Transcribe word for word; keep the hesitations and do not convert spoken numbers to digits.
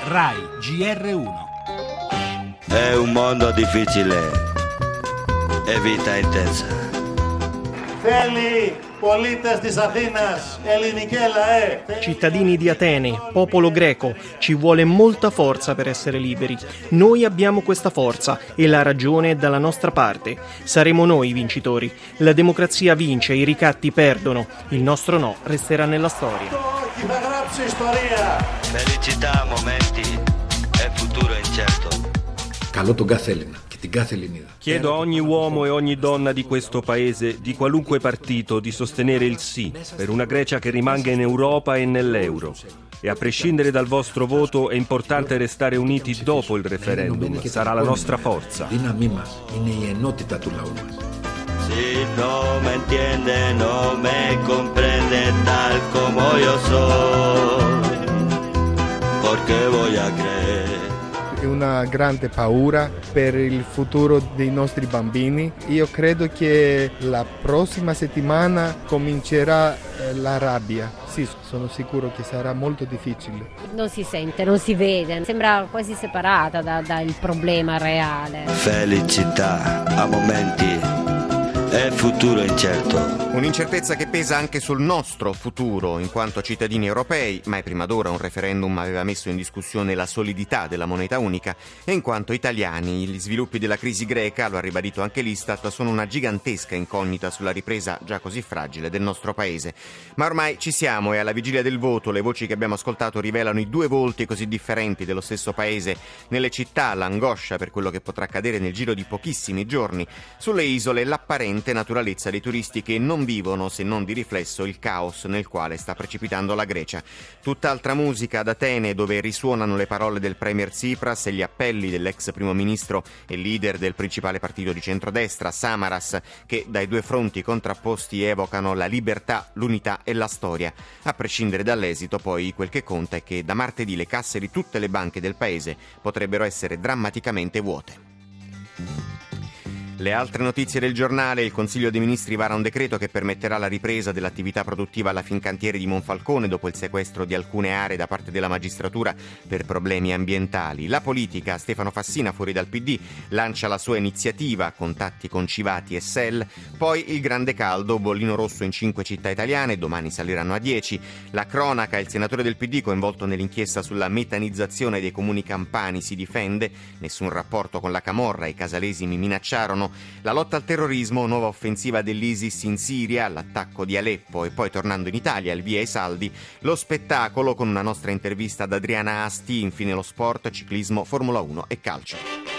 Rai G R uno. È un mondo difficile e vita intensa. Θέλει πολίτες της Αθήνας, ελληνικέ λαέ. Cittadini di Atene, popolo greco, ci vuole molta forza per essere liberi. Noi abbiamo questa forza e la ragione è dalla nostra parte. Saremo noi i vincitori. La democrazia vince, i ricatti perdono. Il nostro no resterà nella storia. Felicità, momenti e futuro incerto. Καλό τον κάθε Έλληνα και την κάθε Ελληνίδα. Chiedo a ogni uomo e ogni donna di questo paese, di qualunque partito, di sostenere il sì per una Grecia che rimanga in Europa e nell'euro. E a prescindere dal vostro voto è importante restare uniti dopo il referendum. Sarà la nostra forza. Δύναμή μας είναι η ενότητα του λαού μας. Si no me entiende, no me comprende tal como yo soy, porque voy a creer. Una grande paura per il futuro dei nostri bambini. Io credo che la prossima settimana comincerà la rabbia. Sì, sono sicuro che sarà molto difficile. Non si sente, non si vede, sembra quasi separata da, dal problema reale. Felicità a momenti e futuro incerto. Un'incertezza che pesa anche sul nostro futuro in quanto cittadini europei. Mai prima d'ora un referendum aveva messo in discussione la solidità della moneta unica e in quanto italiani gli sviluppi della crisi greca, lo ha ribadito anche l'Istat, sono una gigantesca incognita sulla ripresa già così fragile del nostro paese. Ma ormai ci siamo e alla vigilia del voto le voci che abbiamo ascoltato rivelano i due volti così differenti dello stesso paese. Nelle città l'angoscia per quello che potrà accadere nel giro di pochissimi giorni, sulle isole l'apparente naturalezza dei turisti che non vivono, se non di riflesso, il caos nel quale sta precipitando la Grecia. Tutt'altra musica ad Atene, dove risuonano le parole del premier Tsipras e gli appelli dell'ex primo ministro e leader del principale partito di centrodestra, Samaras, che dai due fronti contrapposti evocano la libertà, l'unità e la storia. A prescindere dall'esito, poi, quel che conta è che da martedì le casse di tutte le banche del paese potrebbero essere drammaticamente vuote. Le altre notizie del giornale: il Consiglio dei Ministri vara un decreto che permetterà la ripresa dell'attività produttiva alla Fincantieri di Monfalcone dopo il sequestro di alcune aree da parte della magistratura per problemi ambientali. La politica: Stefano Fassina, fuori dal P D, lancia la sua iniziativa, contatti con Civati e S E L. Poi il grande caldo, bollino rosso in cinque città italiane, domani saliranno a dieci. La cronaca: il senatore del P D coinvolto nell'inchiesta sulla metanizzazione dei comuni campani si difende, nessun rapporto con la camorra, i casalesi mi minacciarono. La lotta al terrorismo, nuova offensiva dell'ISIS in Siria, l'attacco di Aleppo e poi tornando in Italia, il via ai saldi, lo spettacolo con una nostra intervista ad Adriana Asti, infine lo sport, ciclismo, Formula uno e calcio.